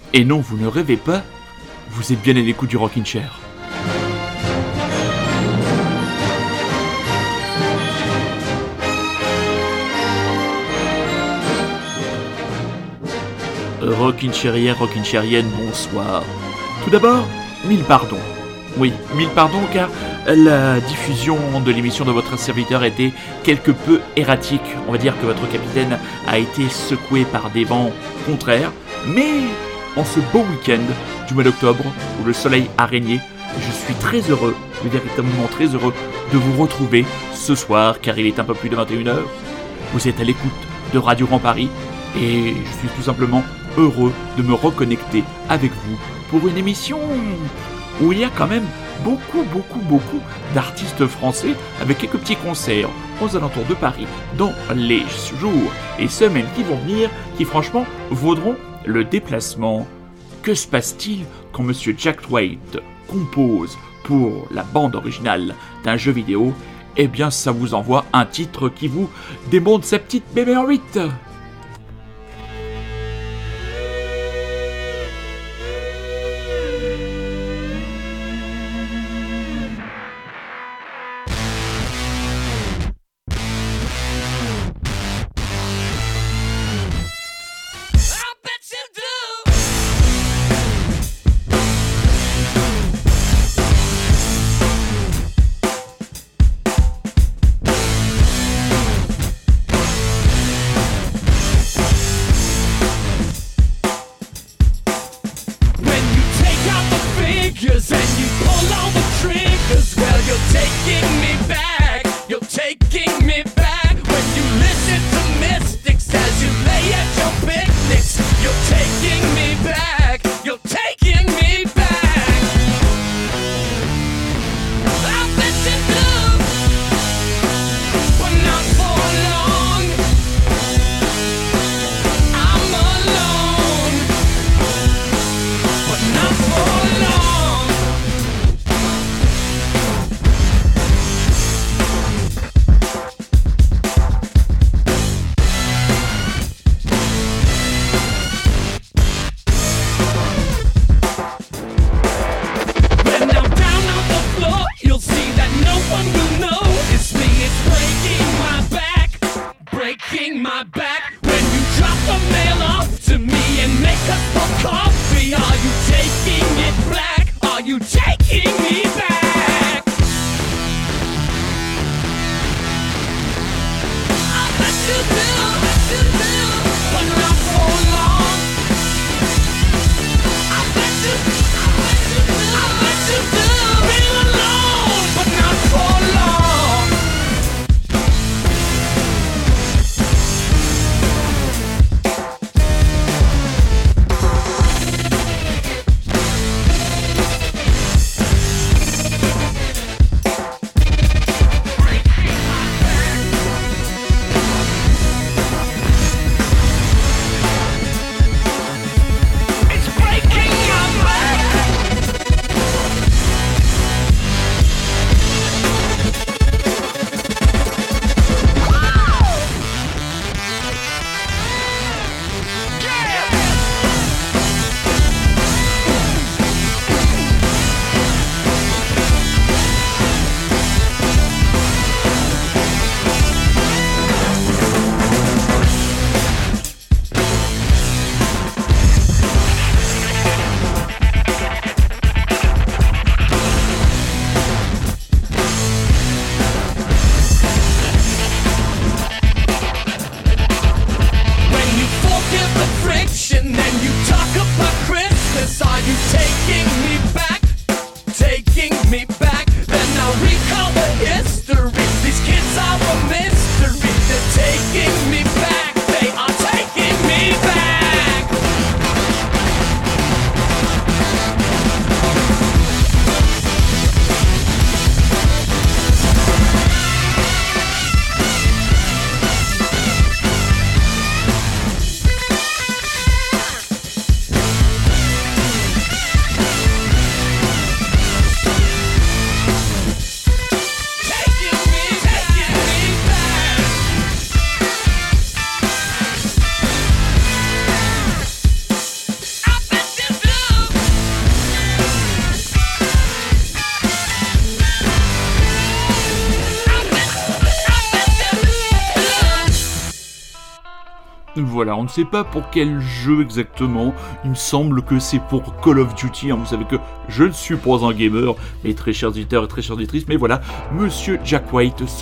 Et non, vous ne rêvez pas, vous êtes bien à l'écoute du Rockin' Chair. Rockin' Chairienne, bonsoir. Tout d'abord, 1000 pardons. Oui, 1000 pardons car la diffusion de l'émission de votre serviteur était quelque peu erratique. On va dire que votre capitaine a été secoué par des vents contraires, mais en ce beau week-end du mois d'octobre où le soleil a régné, je suis très heureux, véritablement très heureux de vous retrouver ce soir car il est un peu plus de 21h. Vous êtes à l'écoute de Radio Grand Paris et je suis tout simplement heureux de me reconnecter avec vous pour une émission où il y a quand même beaucoup d'artistes français avec quelques petits concerts aux alentours de Paris dans les jours et semaines qui vont venir qui franchement vaudront le déplacement. Que se passe-t-il quand Monsieur Jack White compose pour la bande originale d'un jeu vidéo? Eh bien ça vous envoie un titre qui vous démonte sa petite bébé en 8. Voilà, on ne sait pas pour quel jeu exactement. Il me semble que c'est pour Call of Duty. Vous savez que je ne suis pas un gamer, mes très chers auditeurs et très chères auditrices. Mais voilà, Monsieur Jack White se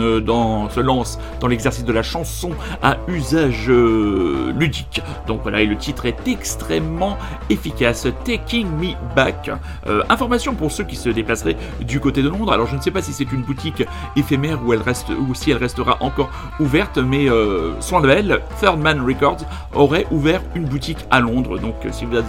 lance dans l'exercice de la chanson à usage ludique. Donc voilà, et le titre est extrêmement efficace. Taking Me Back. Information pour ceux qui se déplaceraient du côté de Londres. Alors je ne sais pas si c'est une boutique éphémère ou si elle restera encore ouverte, mais son label Third Man Records aurait ouvert une boutique à Londres. Donc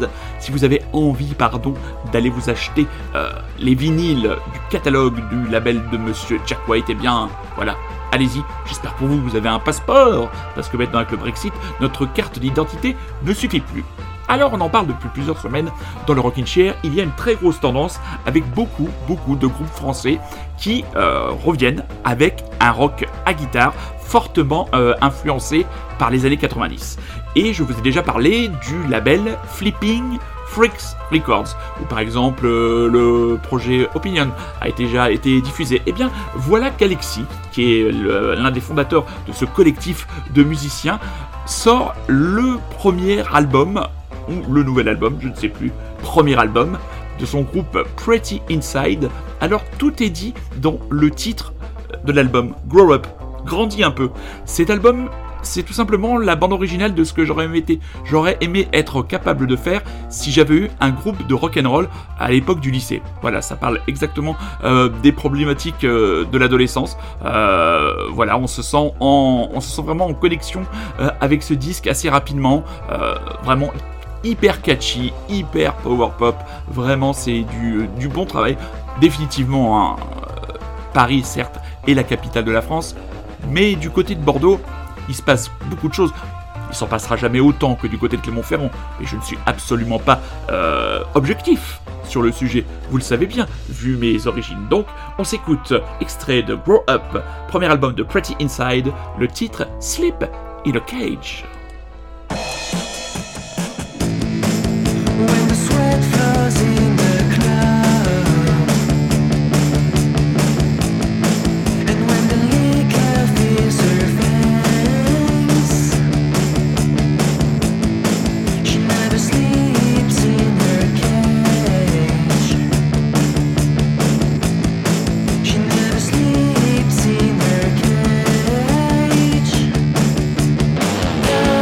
si vous avez envie d'aller vous acheter les vinyles du catalogue du label de Monsieur Jack White, eh bien voilà, allez-y. J'espère pour vous que vous avez un passeport, parce que maintenant avec le Brexit, notre carte d'identité ne suffit plus. Alors on en parle depuis plusieurs semaines dans le Rockin' Chair. Il y a une très grosse tendance avec beaucoup de groupes français qui reviennent avec un rock à guitare fortement influencé par les années 90. Et je vous ai déjà parlé du label Flipping Freaks Records, où par exemple le projet Opinion a déjà été diffusé. Et bien voilà qu'Alexis, qui est l'un des fondateurs de ce collectif de musiciens, sort le premier album, ou le nouvel album, je ne sais plus, premier album de son groupe Pretty Inside. Alors tout est dit dans le titre de l'album, Grow Up, grandis un peu. Cet album, c'est tout simplement la bande originale de ce que j'aurais aimé être capable de faire si j'avais eu un groupe de rock'n'roll à l'époque du lycée. Voilà, ça parle exactement des problématiques de l'adolescence. Voilà, on se sent vraiment en connexion avec ce disque assez rapidement. Vraiment hyper catchy, hyper power pop. Vraiment, c'est du bon travail. Définitivement, Paris, certes, est la capitale de la France, mais du côté de Bordeaux, il se passe beaucoup de choses. Il s'en passera jamais autant que du côté de Clermont-Ferrand, mais je ne suis absolument pas objectif sur le sujet. Vous le savez bien, vu mes origines. Donc, on s'écoute extrait de Grow Up, premier album de Pretty Inside, le titre Sleep in a Cage. When the sweat flows in the club, and when the liquor fills her face, she never sleeps in her cage. She never sleeps in her cage.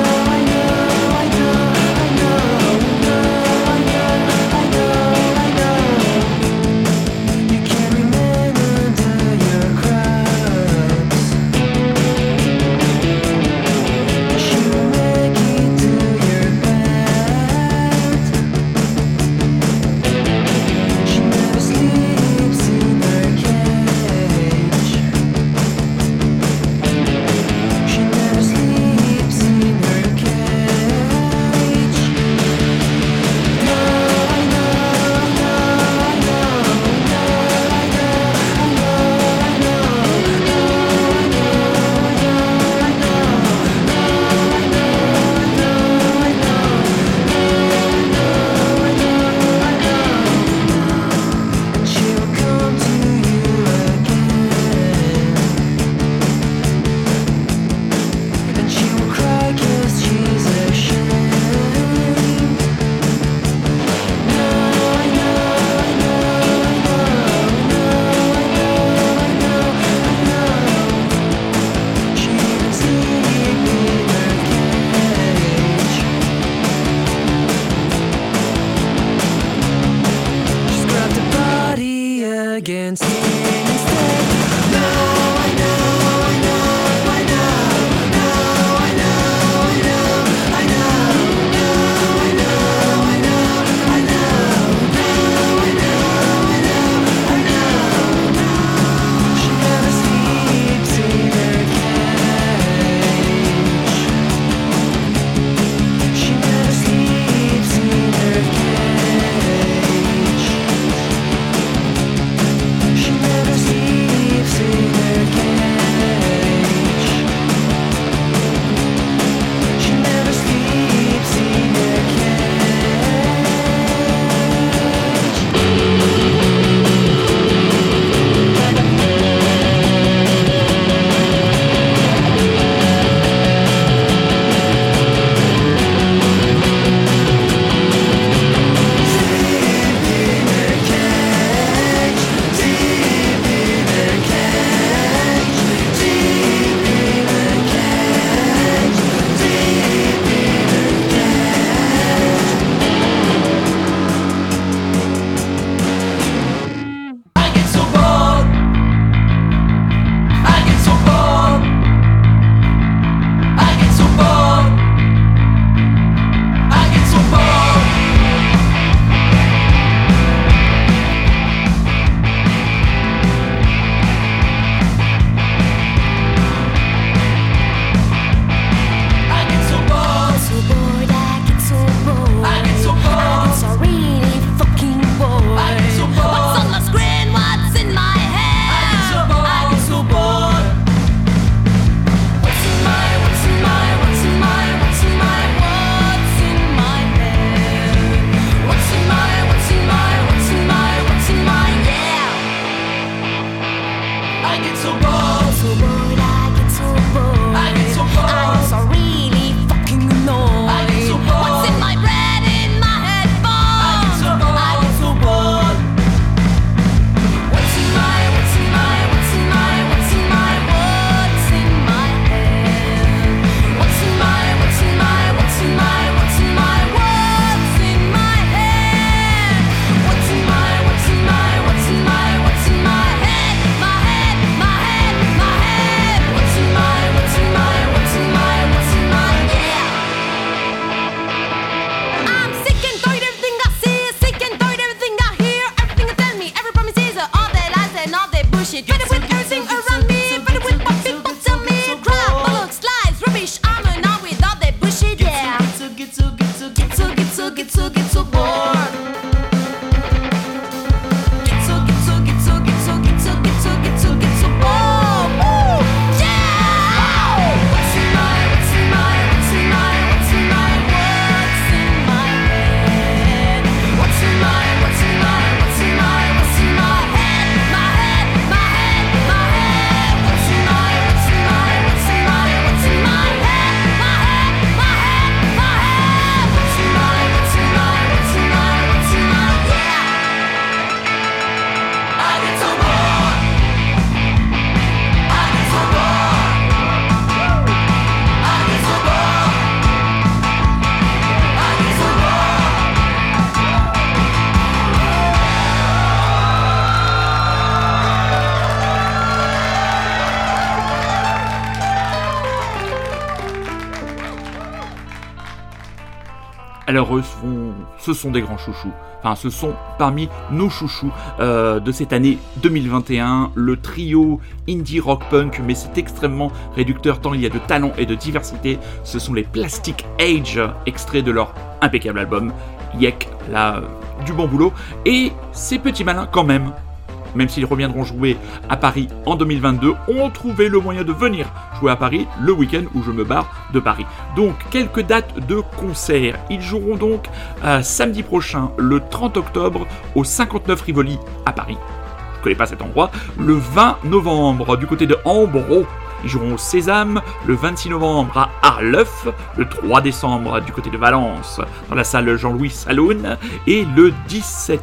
Alors ce sont des grands chouchous. Enfin, ce sont parmi nos chouchous de cette année 2021. Le trio indie rock punk, mais c'est extrêmement réducteur tant il y a de talent et de diversité. Ce sont les Plastic Age, extraits de leur impeccable album Yek, là, du bon boulot. Et ces petits malins quand même s'ils reviendront jouer à Paris en 2022, ont trouvé le moyen de venir jouer à Paris le week-end où je me barre de Paris. Donc, quelques dates de concert. Ils joueront donc samedi prochain, le 30 octobre, au 59 Rivoli à Paris. Je ne connais pas cet endroit. Le 20 novembre, du côté de Hambro, ils joueront au Sésame, le 26 novembre à Arleuf, le 3 décembre du côté de Valence, dans la salle Jean-Louis Saloon, et le 17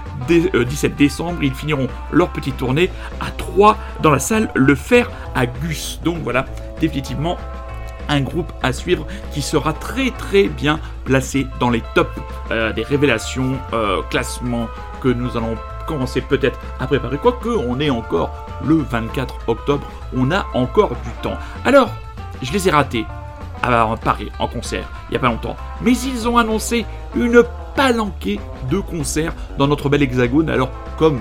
décembre, ils finiront leur petite tournée à Troyes, dans la salle Le Fer à Gus. Donc voilà, définitivement un groupe à suivre qui sera très très bien placé dans les tops des révélations, classements que nous allons commencer peut-être à préparer, quoique on est encore le 24 octobre, on a encore du temps. Alors, je les ai ratés à Paris en concert il n'y a pas longtemps, mais ils ont annoncé une palanquée de concerts dans notre bel hexagone, alors comme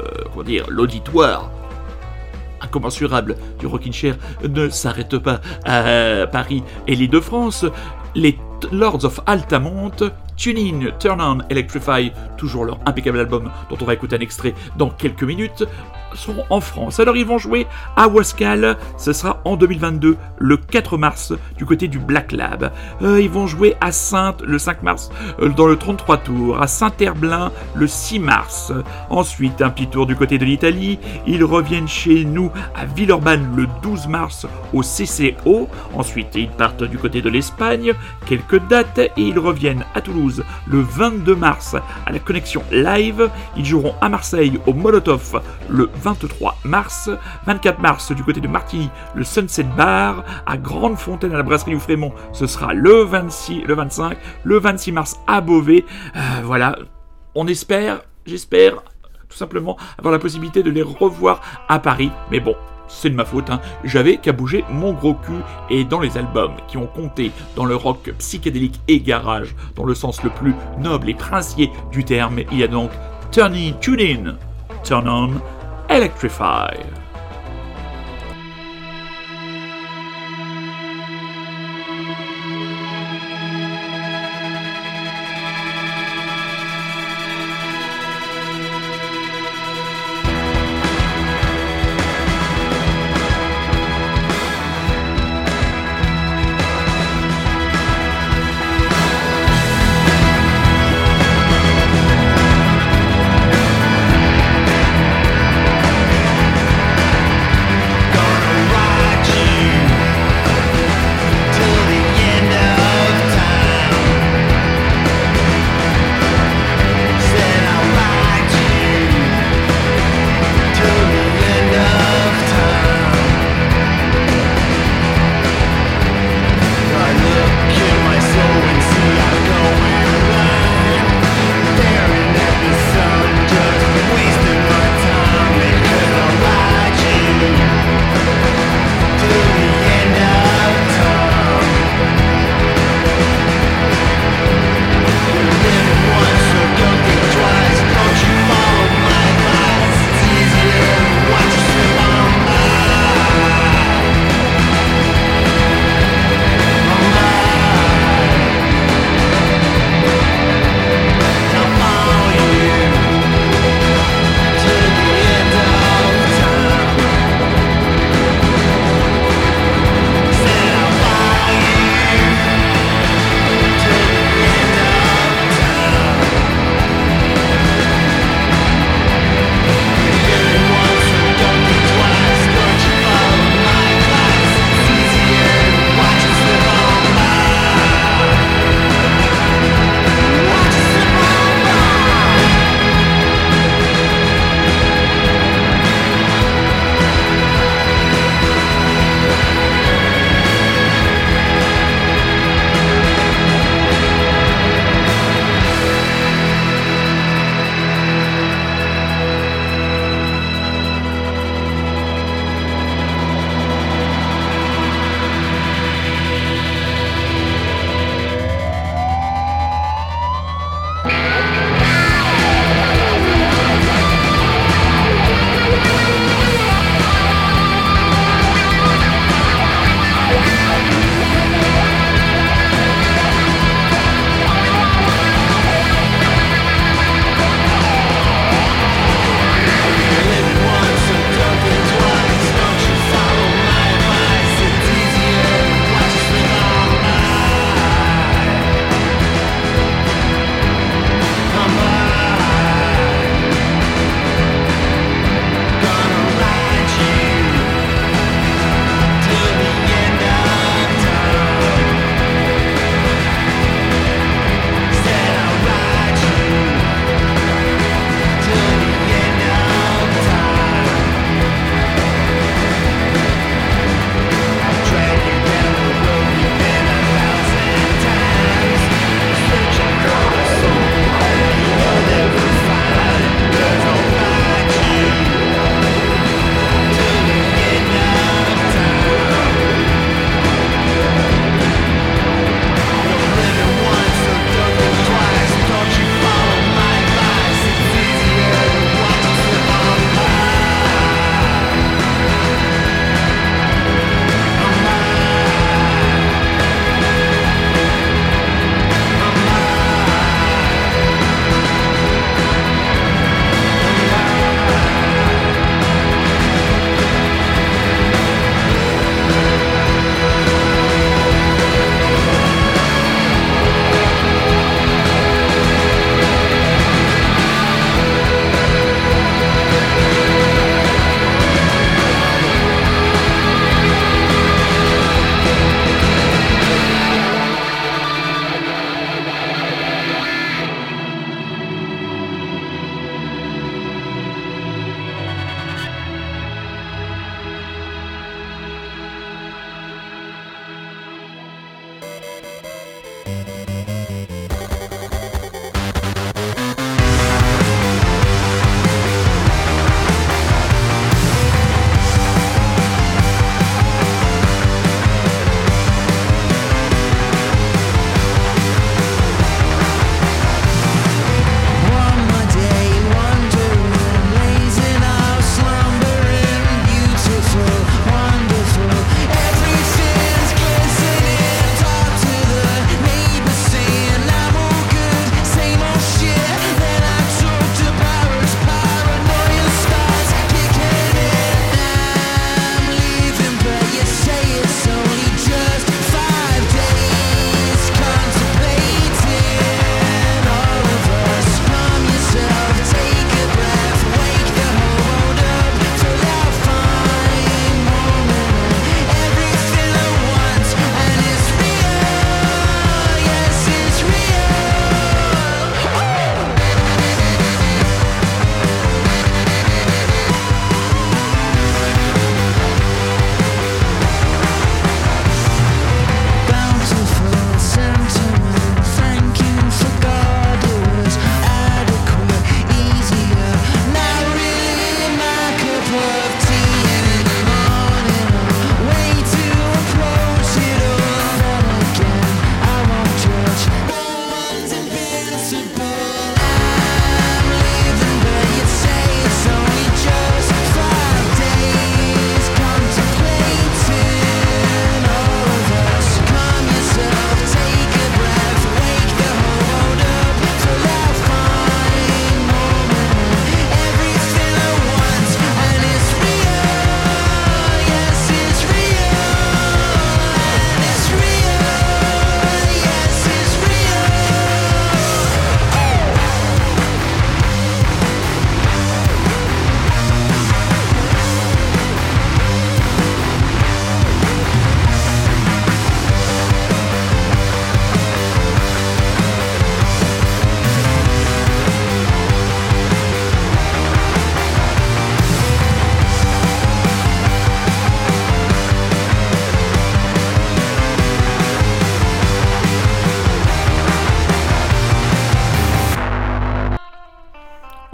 l'auditoire incommensurable du Rockin' Chair ne s'arrête pas à Paris et l'Île-de-France, les Lords of Altamont, Tune In, Turn On, Electrify, toujours leur impeccable album dont on va écouter un extrait dans quelques minutes, seront en France. Alors ils vont jouer à Wascal, ce sera en 2022, le 4 mars, du côté du Black Lab. Ils vont jouer à Saintes le 5 mars, dans le 33 tours, à Saint-Herblain le 6 mars. Ensuite, un petit tour du côté de l'Italie, ils reviennent chez nous à Villeurbanne le 12 mars au CCO. Ensuite, ils partent du côté de l'Espagne, quelques dates, et ils reviennent à Toulouse le 22 mars à la Connexion Live. Ils joueront à Marseille au Molotov le 23 mars, 24 mars du côté de Martigny, le Sunset Bar, à Grande Fontaine à la Brasserie du Frémont, ce sera le 25, le 26 mars à Beauvais. Voilà, j'espère tout simplement avoir la possibilité de les revoir à Paris, mais bon, c'est de ma faute, j'avais qu'à bouger mon gros cul, et dans les albums qui ont compté dans le rock psychédélique et garage, dans le sens le plus noble et princier du terme, il y a donc Tune In, Turn On, Electrify.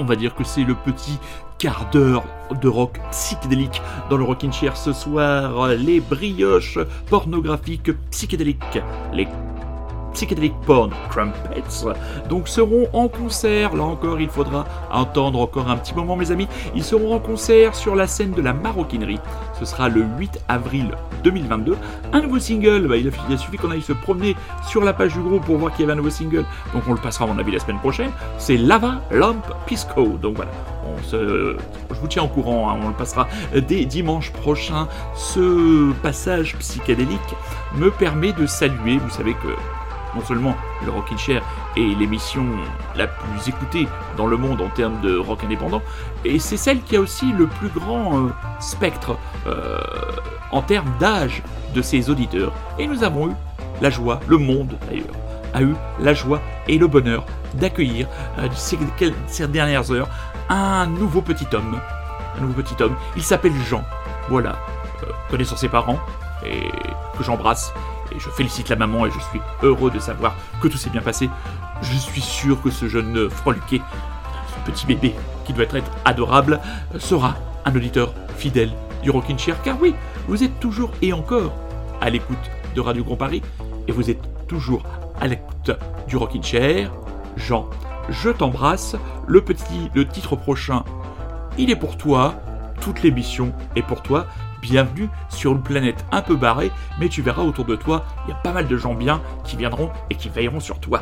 on va dire que c'est le petit quart d'heure de rock psychédélique dans le Rockin' Chair ce soir. Les brioches pornographiques psychédéliques, les Psychedelic Porn Crumpets, donc seront en concert. Là encore, il faudra attendre encore un petit moment, mes amis. Ils seront en concert sur la scène de la Maroquinerie. Ce sera le 8 avril 2022. Un nouveau single, il a suffi qu'on aille se promener sur la page du groupe pour voir qu'il y avait un nouveau single. Donc on le passera à mon avis la semaine prochaine. C'est Lava Lamp Pisco. Donc voilà, je vous tiens au courant, on le passera dès dimanche prochain. Ce passage psychédélique me permet de saluer, vous savez que non seulement le Rockin' Chair est l'émission la plus écoutée dans le monde en termes de rock indépendant, et c'est celle qui a aussi le plus grand spectre en termes d'âge de ses auditeurs. Et nous avons eu la joie, le monde d'ailleurs, a eu la joie et le bonheur d'accueillir ces dernières heures un nouveau petit homme. Il s'appelle Jean, voilà, connaissant ses parents, et que j'embrasse. Et je félicite la maman et je suis heureux de savoir que tout s'est bien passé. Je suis sûr que ce jeune freluquet, ce petit bébé qui doit être adorable, sera un auditeur fidèle du Rockin' Chair. Car oui, vous êtes toujours et encore à l'écoute de Radio Grand Paris et vous êtes toujours à l'écoute du Rockin' Chair. Jean, je t'embrasse. Le titre prochain, il est pour toi. Toute l'émission est pour toi. Bienvenue sur une planète un peu barrée, mais tu verras autour de toi, il y a pas mal de gens bien qui viendront et qui veilleront sur toi.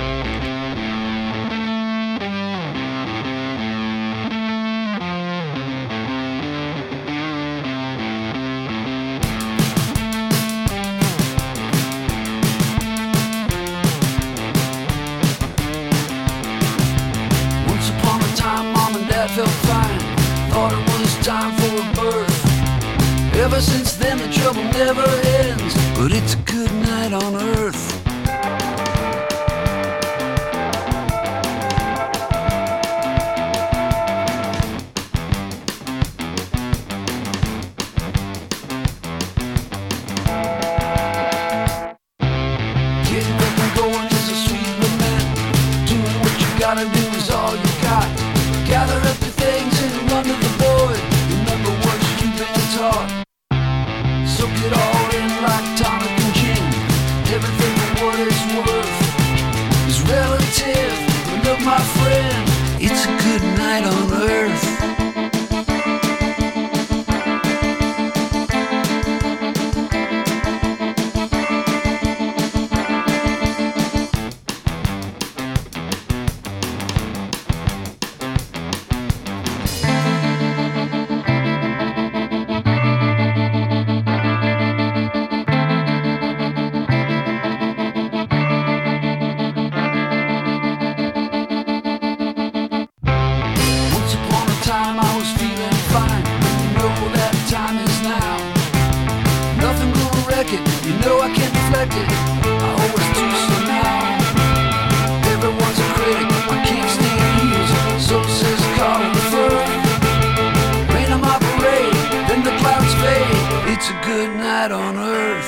Once upon a time, mom and dad felt fine. Thought it was time for a birth. Ever since then, the trouble never ends. But it's a good night on earth. Getting up and going is a sweet lament. Doing what you gotta do is all you got. Gather up your things and run to the void. Remember what you've been taught. Soak it all in like tonic and gin. Everything for what it's worth is relative. But look, my friend, it's a good night on earth. Once upon a time I was feeling fine. You know that time is now. Nothing gonna wreck it. You know I can't deflect it. I always do somehow. Everyone's a critic. I can't stand ears. So says Carl the Firth. Rain on my parade. Then the clouds fade. It's a good night on earth.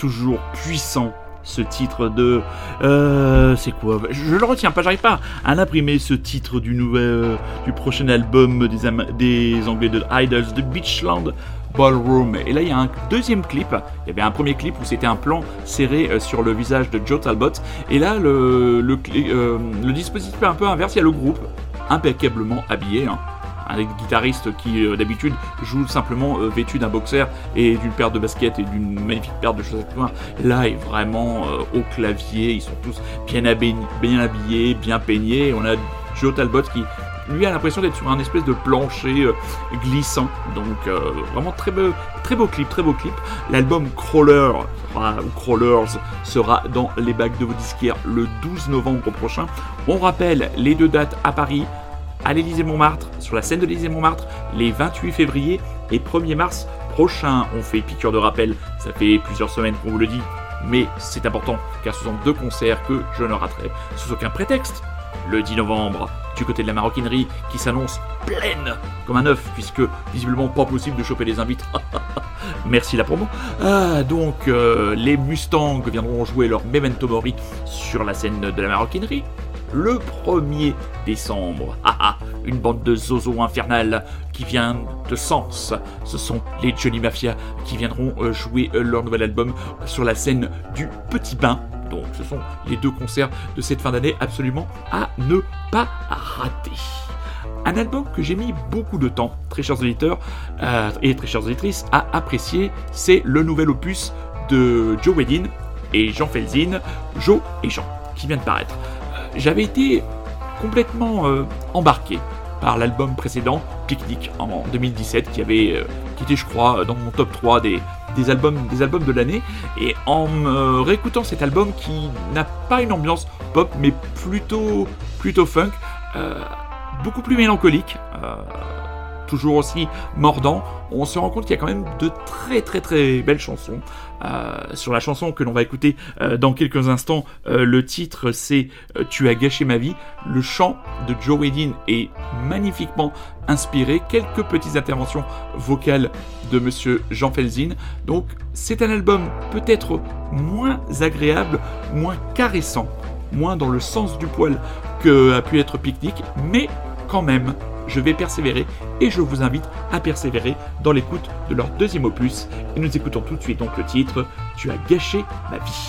toujours puissant. Ce titre de... c'est quoi ? Je le retiens pas, j'arrive pas à l'imprimer, ce titre du prochain album des Anglais de Idols, de Beachland Ballroom. Et là, il y a un deuxième clip. Il y avait un premier clip où c'était un plan serré sur le visage de Joe Talbot. Et là, le dispositif est un peu inverse. Il y a le groupe impeccablement habillé, un guitariste qui d'habitude joue simplement vêtu d'un boxer et d'une paire de baskets et d'une magnifique paire de chaussettes noires. Là est vraiment au clavier, ils sont tous bien habillés, bien peignés. On a Joe Talbot qui lui a l'impression d'être sur un espèce de plancher glissant. Donc vraiment très beau clip. L'album Crawlers sera dans les bacs de vos disquaires le 12 novembre prochain. On rappelle les 2 dates à Paris, à l'Élysée-Montmartre, sur la scène de l'Élysée-Montmartre, les 28 février et 1er mars prochain. On fait piqûre de rappel, ça fait plusieurs semaines qu'on vous le dit, mais c'est important, car ce sont 2 concerts que je ne raterai sous aucun prétexte. Le 10 novembre, du côté de la maroquinerie, qui s'annonce pleine comme un œuf, puisque visiblement pas possible de choper les invites. Merci la promo. Donc, les Mustangs viendront jouer leur Memento Mori sur la scène de la maroquinerie. Le 1er décembre, une bande de zozo infernales qui vient de Sens. Ce sont les Johnny Mafia qui viendront jouer leur nouvel album sur la scène du Petit Bain. Donc ce sont les 2 concerts de cette fin d'année absolument à ne pas rater. Un album que j'ai mis beaucoup de temps, très chers auditeurs et très chères auditrices, à apprécier, c'est le nouvel opus de Joe Wedin et Jean Felsin, Joe et Jean, qui vient de paraître. J'avais été complètement embarqué par l'album précédent, Picnic, en 2017, qui était, je crois, dans mon top 3 des albums de l'année. Et en réécoutant cet album qui n'a pas une ambiance pop, mais plutôt funk, beaucoup plus mélancolique, toujours aussi mordant, on se rend compte qu'il y a quand même de très belles chansons. Sur la chanson que l'on va écouter dans quelques instants, le titre c'est « Tu as gâché ma vie ». Le chant de Joe Wedin est magnifiquement inspiré, quelques petites interventions vocales de monsieur Jean Felsin. Donc c'est un album peut-être moins agréable, moins caressant, moins dans le sens du poil que a pu être Picnic, mais quand même je vais persévérer et je vous invite à persévérer dans l'écoute de leur deuxième opus. Et nous écoutons tout de suite donc le titre « Tu as gâché ma vie ».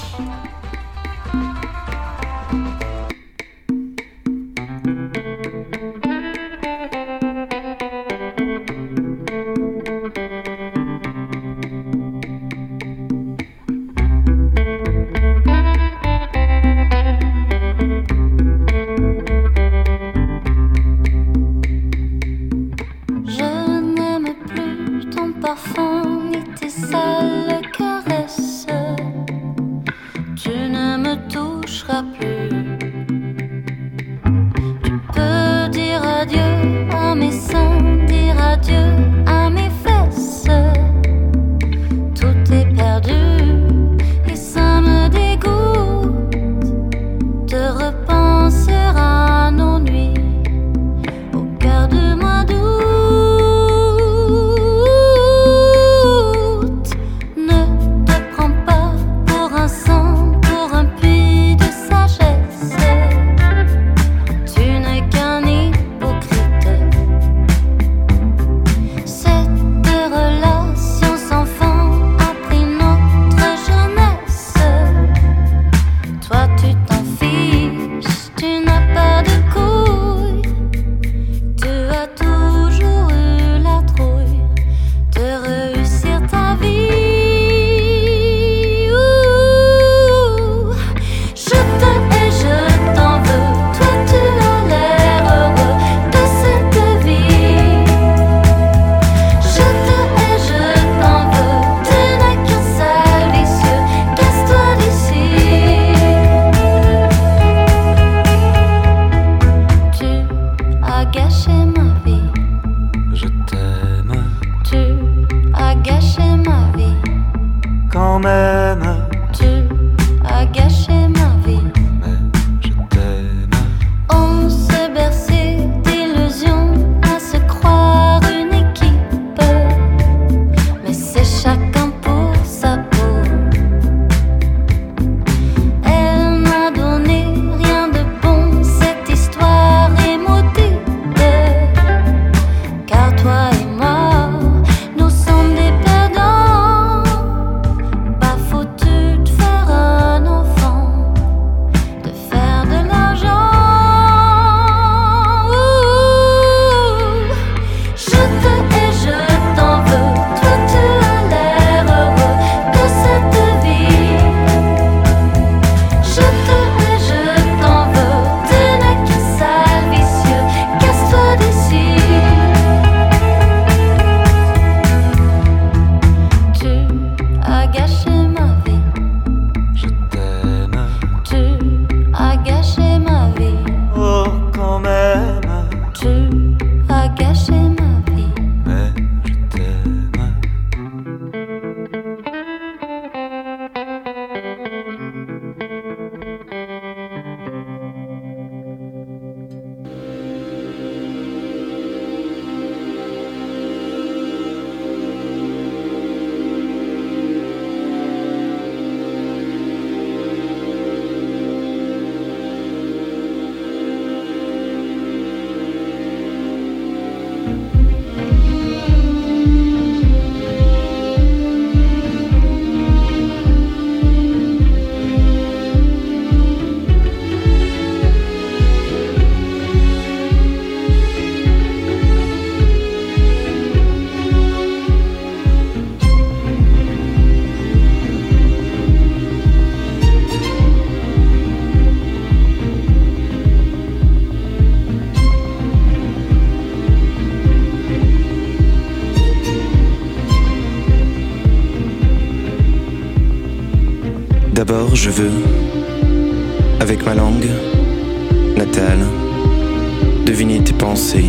D'abord je veux, avec ma langue natale, deviner tes pensées.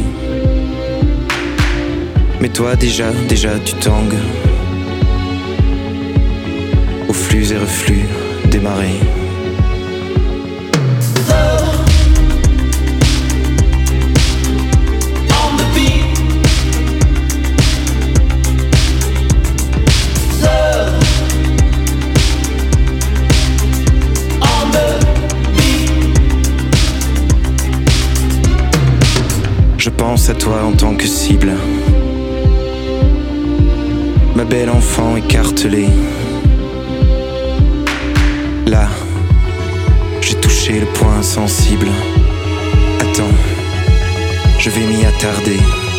Mais toi déjà tu tangues aux flux et reflux des marées. Je pense à toi en tant que cible, ma belle enfant écartelée. Là, j'ai touché le point sensible. Attends, je vais m'y attarder.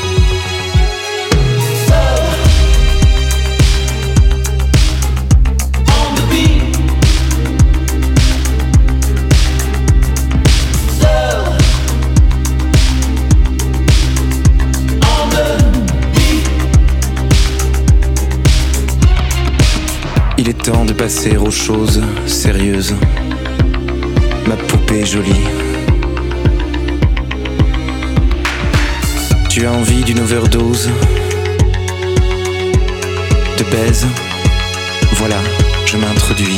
Il est temps de passer aux choses sérieuses, ma poupée jolie. Tu as envie d'une overdose de baise? Voilà, je m'introduis.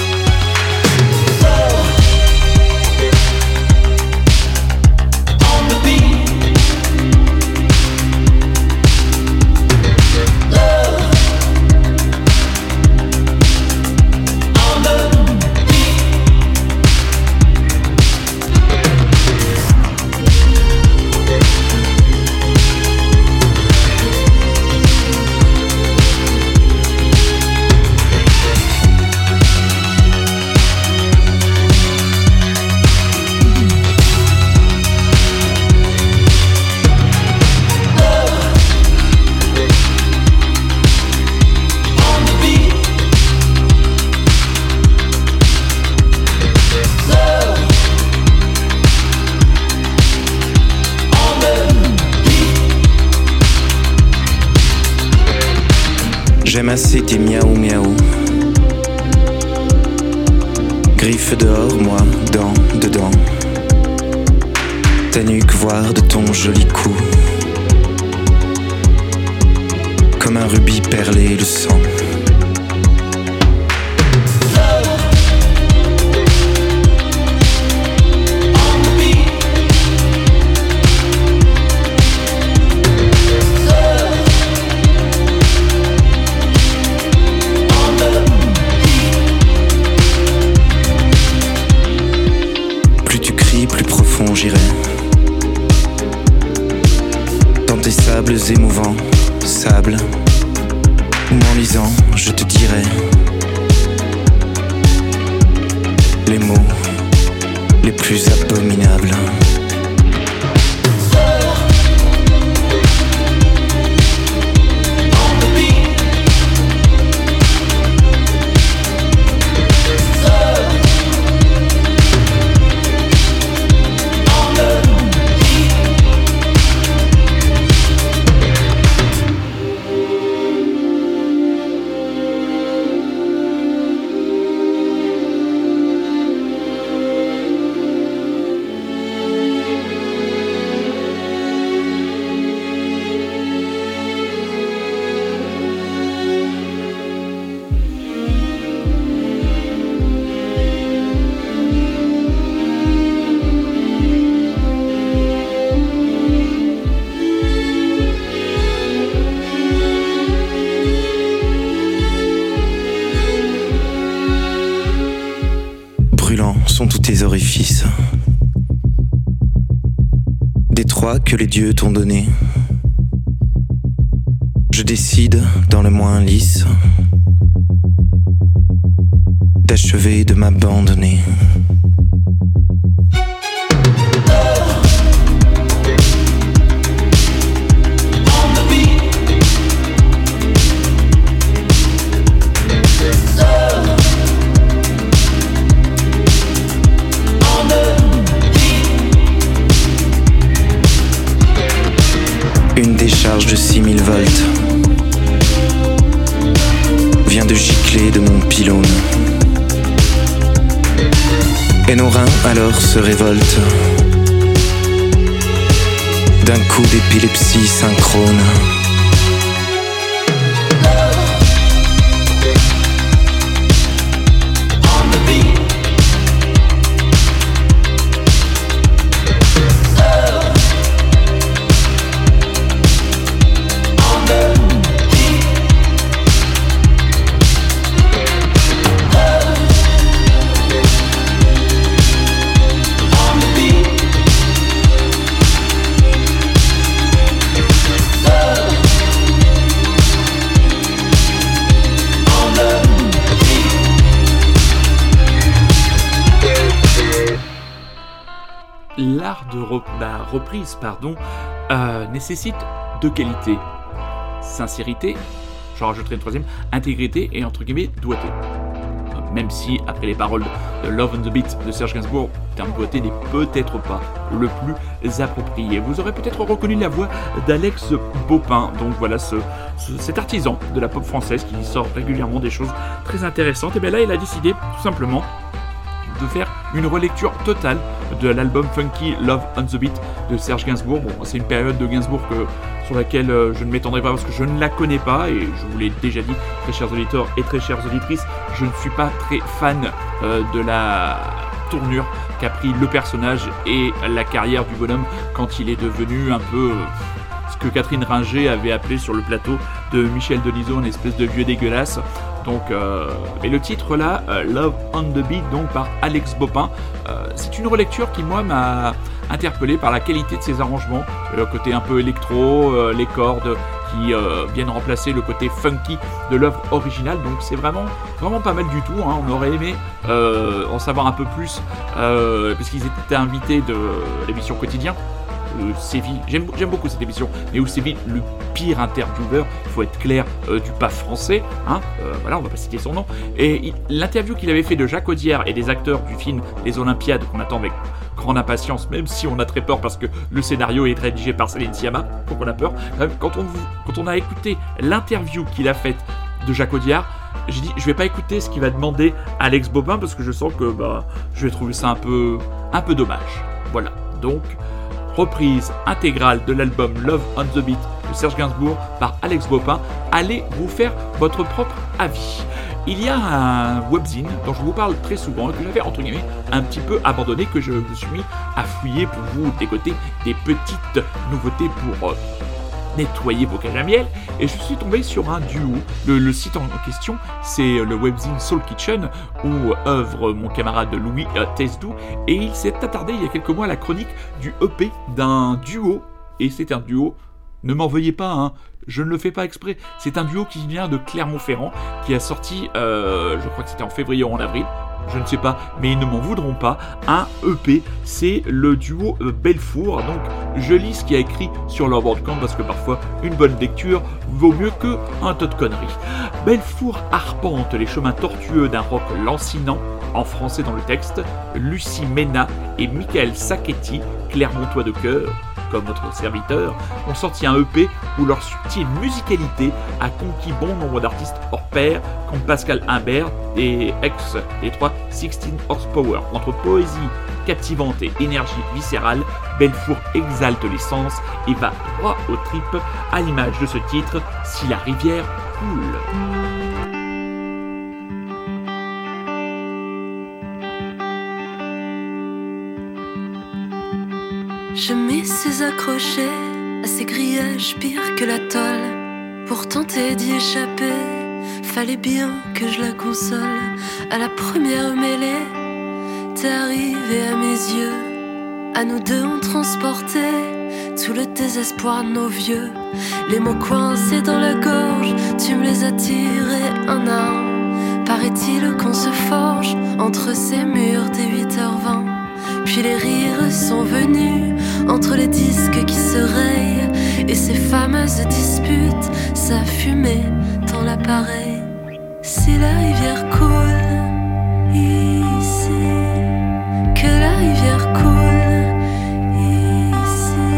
J'aime assez tes miaou miaou. Griffe dehors, moi dedans. Ta nuque voir de ton joli cou. Comme un rubis perlé le sang. Plus profond j'irai, dans tes sables émouvants, sable, où m'enlisant je te dirai les mots les plus abominables. Sont tous tes orifices, des trois que les dieux t'ont donnés, Je décide, dans le moins lisse, d'achever de m'abandonner. Une décharge de 6000 volts vient de gicler de mon pylône. Et nos reins alors se révoltent d'un coup d'épilepsie synchrone. L'art de reprise nécessite deux qualités. Sincérité, j'en rajouterai une troisième, intégrité et entre guillemets doigté. Même si, après les paroles de Love on the Beat de Serge Gainsbourg, le terme doigté n'est peut-être pas le plus approprié. Vous aurez peut-être reconnu la voix d'Alex Bopin, donc voilà cet artisan de la pop française qui sort régulièrement des choses très intéressantes. Et bien là, il a décidé tout simplement de faire une relecture totale de l'album Funky Love on the Beat de Serge Gainsbourg. Bon, c'est une période de Gainsbourg sur laquelle je ne m'étendrai pas parce que je ne la connais pas et je vous l'ai déjà dit, très chers auditeurs et très chères auditrices, je ne suis pas très fan de la tournure qu'a pris le personnage et la carrière du bonhomme quand il est devenu un peu ce que Catherine Ringer avait appelé sur le plateau de Michel Denisot, une espèce de vieux dégueulasse. Donc, et le titre là, Love on the Beat, donc par Alex Bopin, c'est une relecture qui moi m'a interpellé par la qualité de ses arrangements, le côté un peu électro, les cordes qui viennent remplacer le côté funky de l'œuvre originale. Donc c'est vraiment pas mal du tout. Hein. On aurait aimé en savoir un peu plus parce qu'ils étaient invités de l'émission Quotidien. Séville, j'aime beaucoup cette émission, mais où sévit le pire intervieweur, il faut être clair, du pas français, hein, voilà, on va pas citer son nom, et l'interview qu'il avait fait de Jacques Audiard et des acteurs du film Les Olympiades, qu'on attend avec grande impatience, même si on a très peur parce que le scénario est rédigé par Céline Sciamma, donc on a peur, quand on a écouté l'interview qu'il a faite de Jacques Audiard, j'ai dit, je vais pas écouter ce qu'il va demander à Alex Bopin, parce que je sens que je vais trouver ça un peu dommage, voilà, donc reprise intégrale de l'album Love on the Beat de Serge Gainsbourg par Alex Bopin. Allez vous faire votre propre avis. Il y a un webzine dont je vous parle très souvent et que j'avais entre guillemets un petit peu abandonné, que je me suis mis à fouiller pour vous dégoter des petites nouveautés pour nettoyer vos cages à miel, et je suis tombé sur un duo. Le site en question, c'est le webzine Soul Kitchen, où œuvre mon camarade Louis Tesdou, et il s'est attardé il y a quelques mois à la chronique du EP d'un duo, et c'est un duo, ne m'en veuillez pas, hein, je ne le fais pas exprès, c'est un duo qui vient de Clermont-Ferrand, qui a sorti, je crois que c'était en février ou en avril, je ne sais pas, mais ils ne m'en voudront pas, un EP, c'est le duo Belfour. Donc je lis ce qu'il y a écrit sur leur bandcamp parce que parfois une bonne lecture vaut mieux qu'un tas de conneries. Belfour arpente les chemins tortueux d'un rock lancinant, en français dans le texte, Lucie Mena et Michael Sacchetti, Clermontois de cœur, comme notre serviteur, ont sorti un EP où leur subtile musicalité a conquis bon nombre d'artistes hors pair, comme Pascal Imbert et ex des 16 Horsepower. Entre poésie captivante et énergie viscérale, Belfour exalte les sens et va droit aux tripes, à l'image de ce titre, Si la rivière coule. Je m'y accroché à ces grillages pires que la tôle. Pour tenter d'y échapper, fallait bien que je la console. À la première mêlée, t'es arrivé à mes yeux. À nous deux on transportait tout le désespoir de nos vieux. Les mots coincés dans la gorge, tu me les as tirés un à un. Paraît-il qu'on se forge entre ces murs dès 8h20. Puis les rires sont venus entre les disques qui se rayent et ces fameuses disputes, ça fumait dans l'appareil. Si la rivière coule ici, que la rivière coule ici.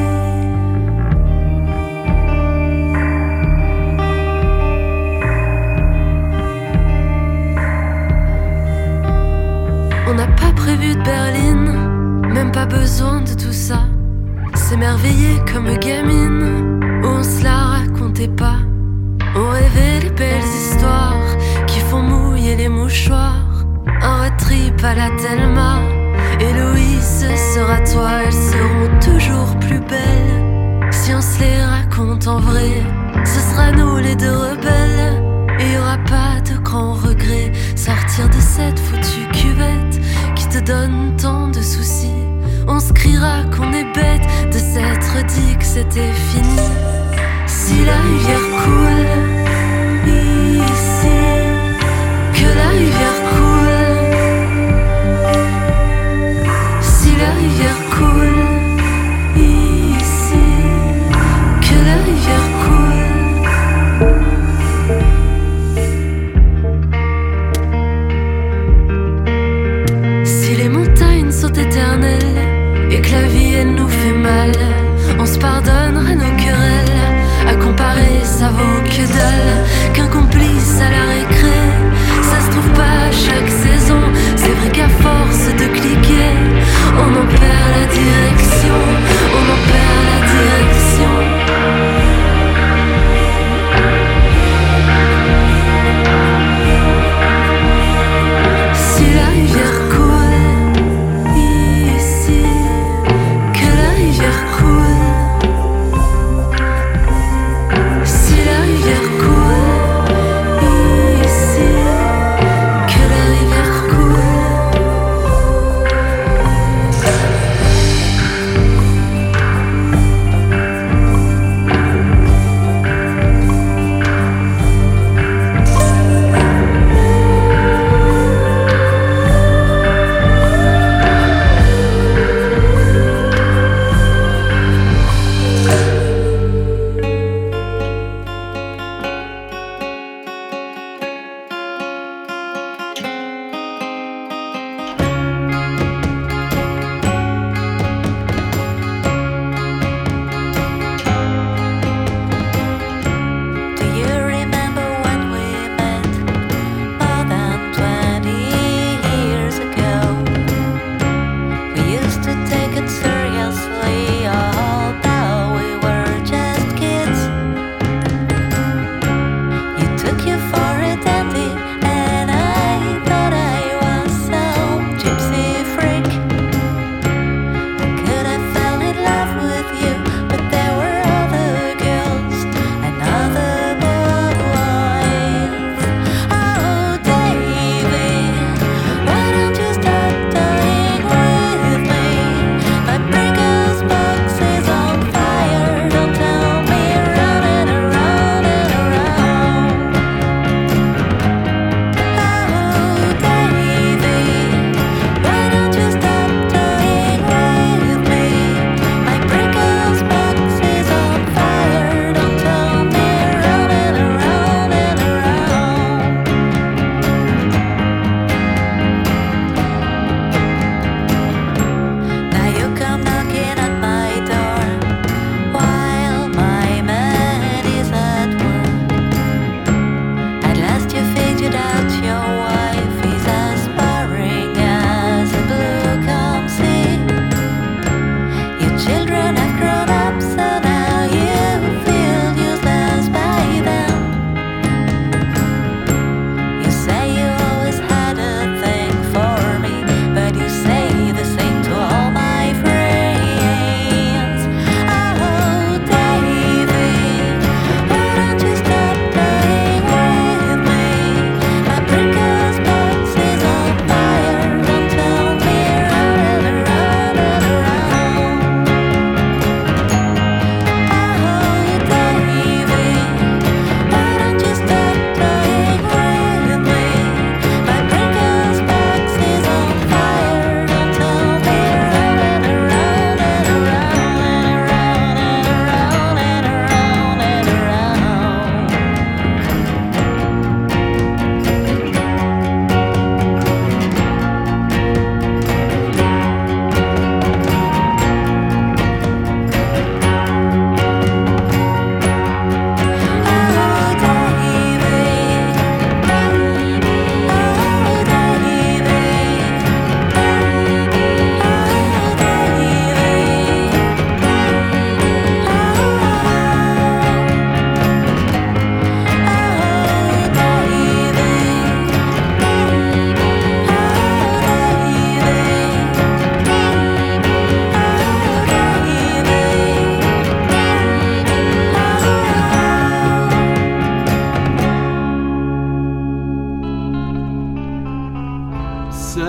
On n'a pas prévu de Berlin, même pas besoin de tout ça. S'émerveiller comme gamine, où on se la racontait pas. On rêvait les belles histoires qui font mouiller les mouchoirs. Un road trip à la Thelma, Héloïse sera toi, elles seront toujours plus belles. Si on se les raconte en vrai, ce sera nous les deux rebelles. Et y aura pas de grands regrets, sortir de cette foutue cuvette qui te donne tant de soucis. On se criera qu'on est bête de s'être dit que c'était fini. Si la rivière coule ici, que la rivière coule. Si la rivière coule ici, que la rivière coule. Si les montagnes sont éternelles et que la vie elle nous fait mal, on se pardonnera nos querelles.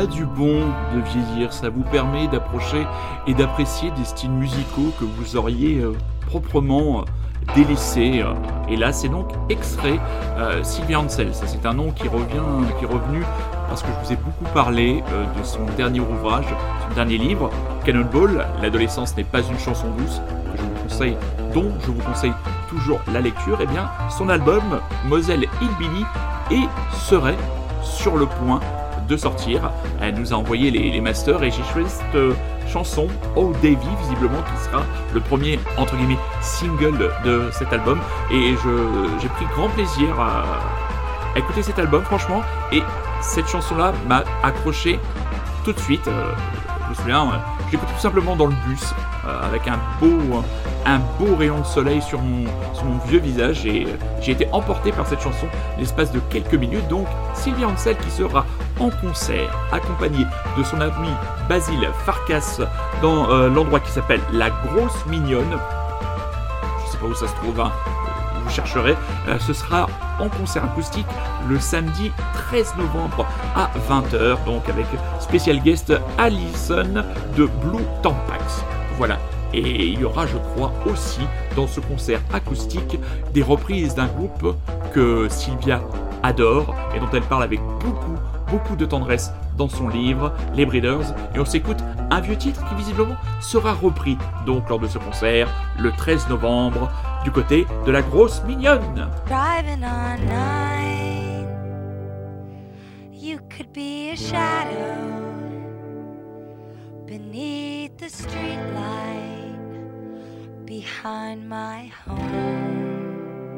a du bon de vieillir, ça vous permet d'approcher et d'apprécier des styles musicaux que vous auriez proprement délaissés. Et là, c'est donc extrait Sylvia Ansel. Ça, c'est un nom qui est revenu parce que je vous ai beaucoup parlé de son dernier ouvrage, son dernier livre, Cannonball. L'adolescence n'est pas une chanson douce, dont je vous conseille toujours la lecture. Et bien, son album Moselle Hillbilly serait sur le point de sortir. Elle nous a envoyé les masters et j'ai choisi cette chanson Oh Davy, visiblement qui sera le premier entre guillemets single de cet album, et j'ai pris grand plaisir à écouter cet album franchement, et cette chanson là m'a accroché tout de suite. Je me souviens, je l'écoute tout simplement dans le bus avec un beau rayon de soleil sur mon vieux visage, et j'ai été emporté par cette chanson l'espace de quelques minutes. Donc Sylvia Ansel qui sera en concert accompagnée de son ami Basile Farkas dans l'endroit qui s'appelle La Grosse Mignonne. Je sais pas où ça se trouve, hein. Vous chercherez. Ce sera en concert acoustique le samedi 13 novembre à 20h, donc avec spécial guest Alison de Blue Tampax. Voilà. Et il y aura, je crois, aussi dans ce concert acoustique des reprises d'un groupe que Sylvia adore et dont elle parle avec beaucoup de tendresse dans son livre, Les Breeders. Et on s'écoute un vieux titre qui visiblement sera repris donc lors de ce concert le 13 novembre du côté de La Grosse Mignonne. Driving on 9, you could be a shadow beneath the streetlight behind my home.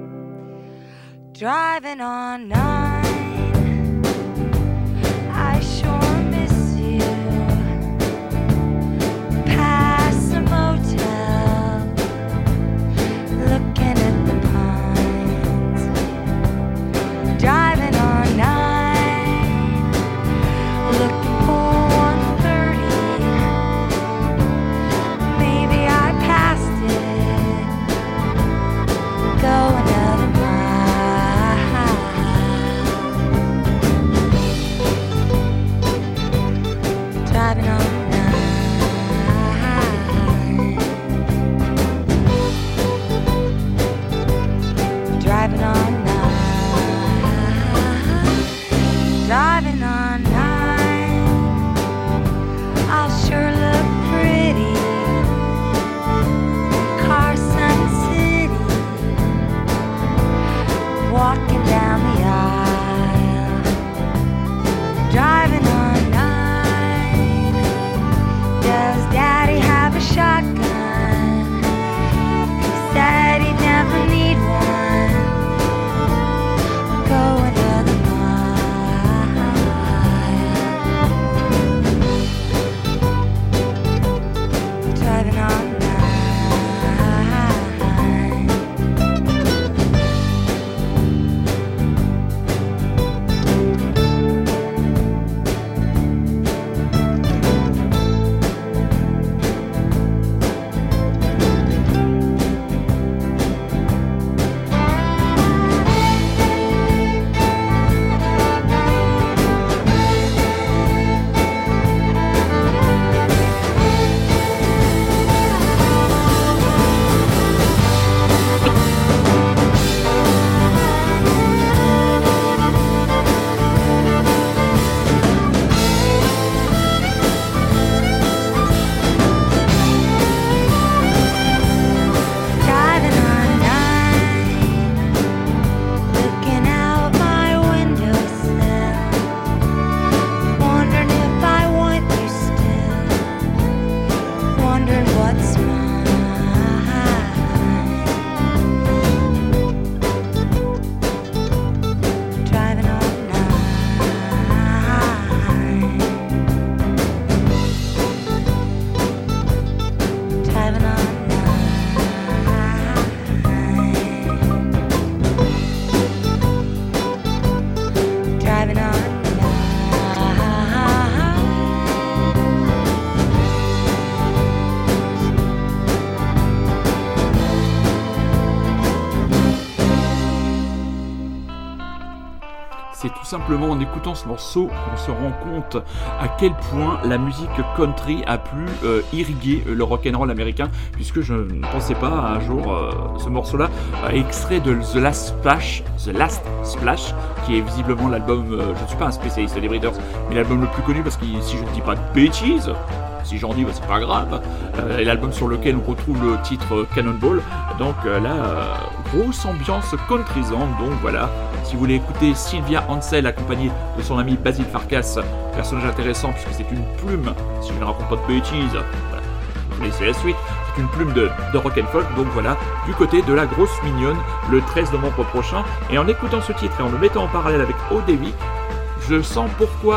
Driving on 9, I sure miss you. Past the motel, looking at the pines. Driving on 9, looking for 130. Maybe I passed it. Go another mile. Driving on 9. Driving on 9. Driving on 9. I'll sure look pretty in Carson City, walking down the aisle. Driving on 9. Does Daddy have a shotgun? He said he'd never need one. c'est tout simplement en écoutant ce morceau qu'on se rend compte à quel point la musique country a pu irriguer le rock'n'roll américain, puisque je ne pensais pas un jour ce morceau-là, extrait de The Last Splash, qui est visiblement l'album, je ne suis pas un spécialiste des Breeders, mais l'album le plus connu, parce que si je ne dis pas de bêtises, si j'en dis, bah, c'est pas grave. L'album sur lequel on retrouve le titre Cannonball. Donc là, grosse ambiance countrysante. Donc voilà, si vous voulez écouter Sylvia Ansel accompagnée de son ami Basil Farkas, personnage intéressant puisque c'est une plume, si je ne raconte pas de bêtises, voilà, vous laissez la suite, c'est une plume de rock and folk. Donc voilà, du côté de la grosse mignonne, le 13 novembre prochain. Et en écoutant ce titre et en le mettant en parallèle avec Oh Davy, je sens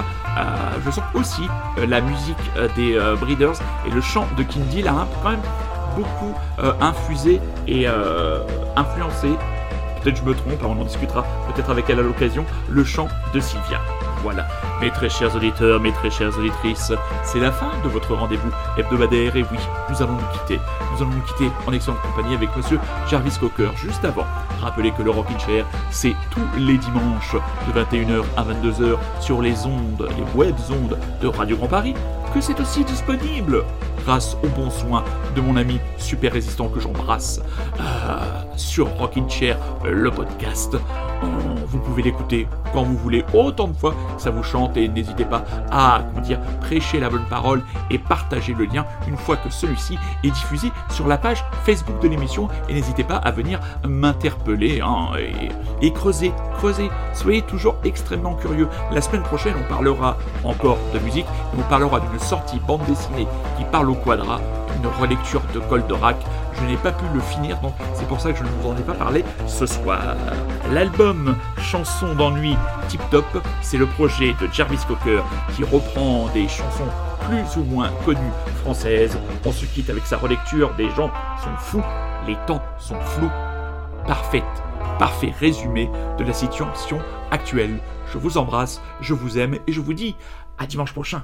aussi la musique des Breeders et le chant de King Deal a quand même beaucoup infusé et influencé, peut-être je me trompe, on en discutera peut-être avec elle à l'occasion, le chant de Sylvia. Voilà, mes très chers auditeurs, mes très chères auditrices, c'est la fin de votre rendez-vous hebdomadaire et oui, nous allons nous quitter. Nous allons nous quitter en excellente compagnie avec monsieur Jarvis Cocker. Juste avant, rappelez que le Rockin' Chair, c'est tous les dimanches de 21h à 22h sur les ondes, les web ondes de Radio Grand Paris, que c'est aussi disponible grâce au bon soin de mon ami super résistant que j'embrasse sur Rockin' Chair, le podcast. Vous pouvez l'écouter quand vous voulez, autant de fois que ça vous chante, et n'hésitez pas à prêcher la bonne parole et partager le lien une fois que celui-ci est diffusé sur la page Facebook de l'émission, et n'hésitez pas à venir m'interpeller et creuser, soyez toujours extrêmement curieux. La semaine prochaine on parlera encore de musique, et on parlera d'une sortie bande dessinée qui parle au quadra, une relecture de Goldorak. Je n'ai pas pu le finir, donc c'est pour ça que je ne vous en ai pas parlé ce soir. L'album Chansons d'ennui Tip Top, c'est le projet de Jarvis Cocker qui reprend des chansons plus ou moins connues françaises. On se quitte avec sa relecture des gens sont fous, les temps sont flous. Parfait résumé de la situation actuelle. Je vous embrasse, je vous aime et je vous dis à dimanche prochain.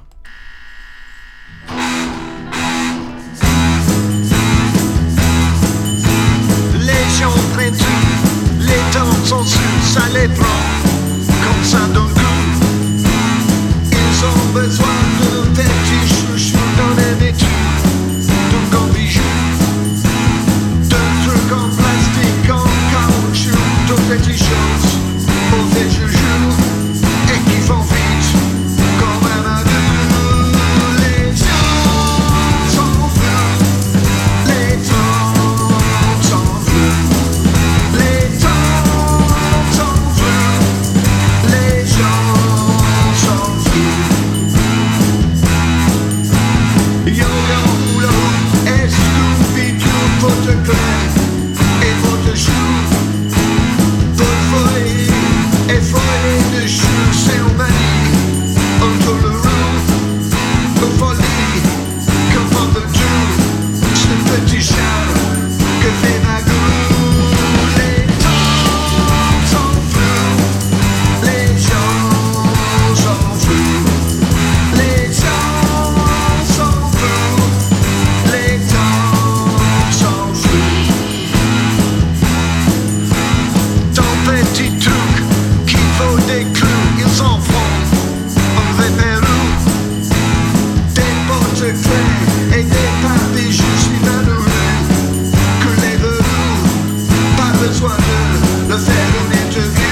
Les gens prennent tout, les temps sont sûrs, ça les prend comme ça d'un coup. Ils ont besoin de petits chouchous dans les vêtus, donc en bijoux, de trucs en plastique, en caoutchouc, de petites choses, mauvais joujoux, et qui vont vite, comme un ado. Les gens sont fous, les temps sont fous, les temps sont fous, les gens sont fous. Yo-yo, boulot, et Scooby-Doo, votre clé et votre chou. Votre folie et folie de chou, c'est en manie. Entre le roux, le folie, comment de tout, ce petit chat que fait Magou. Les temps sont fous, les gens sont fous, les gens sont fous, les temps sont fous. Ton petit truc qu'il faut des clous, ils en font un vrai Pérou. Des porte-clés et des papilles, je suis malheureux que les velours. Pas besoin de le faire une interview.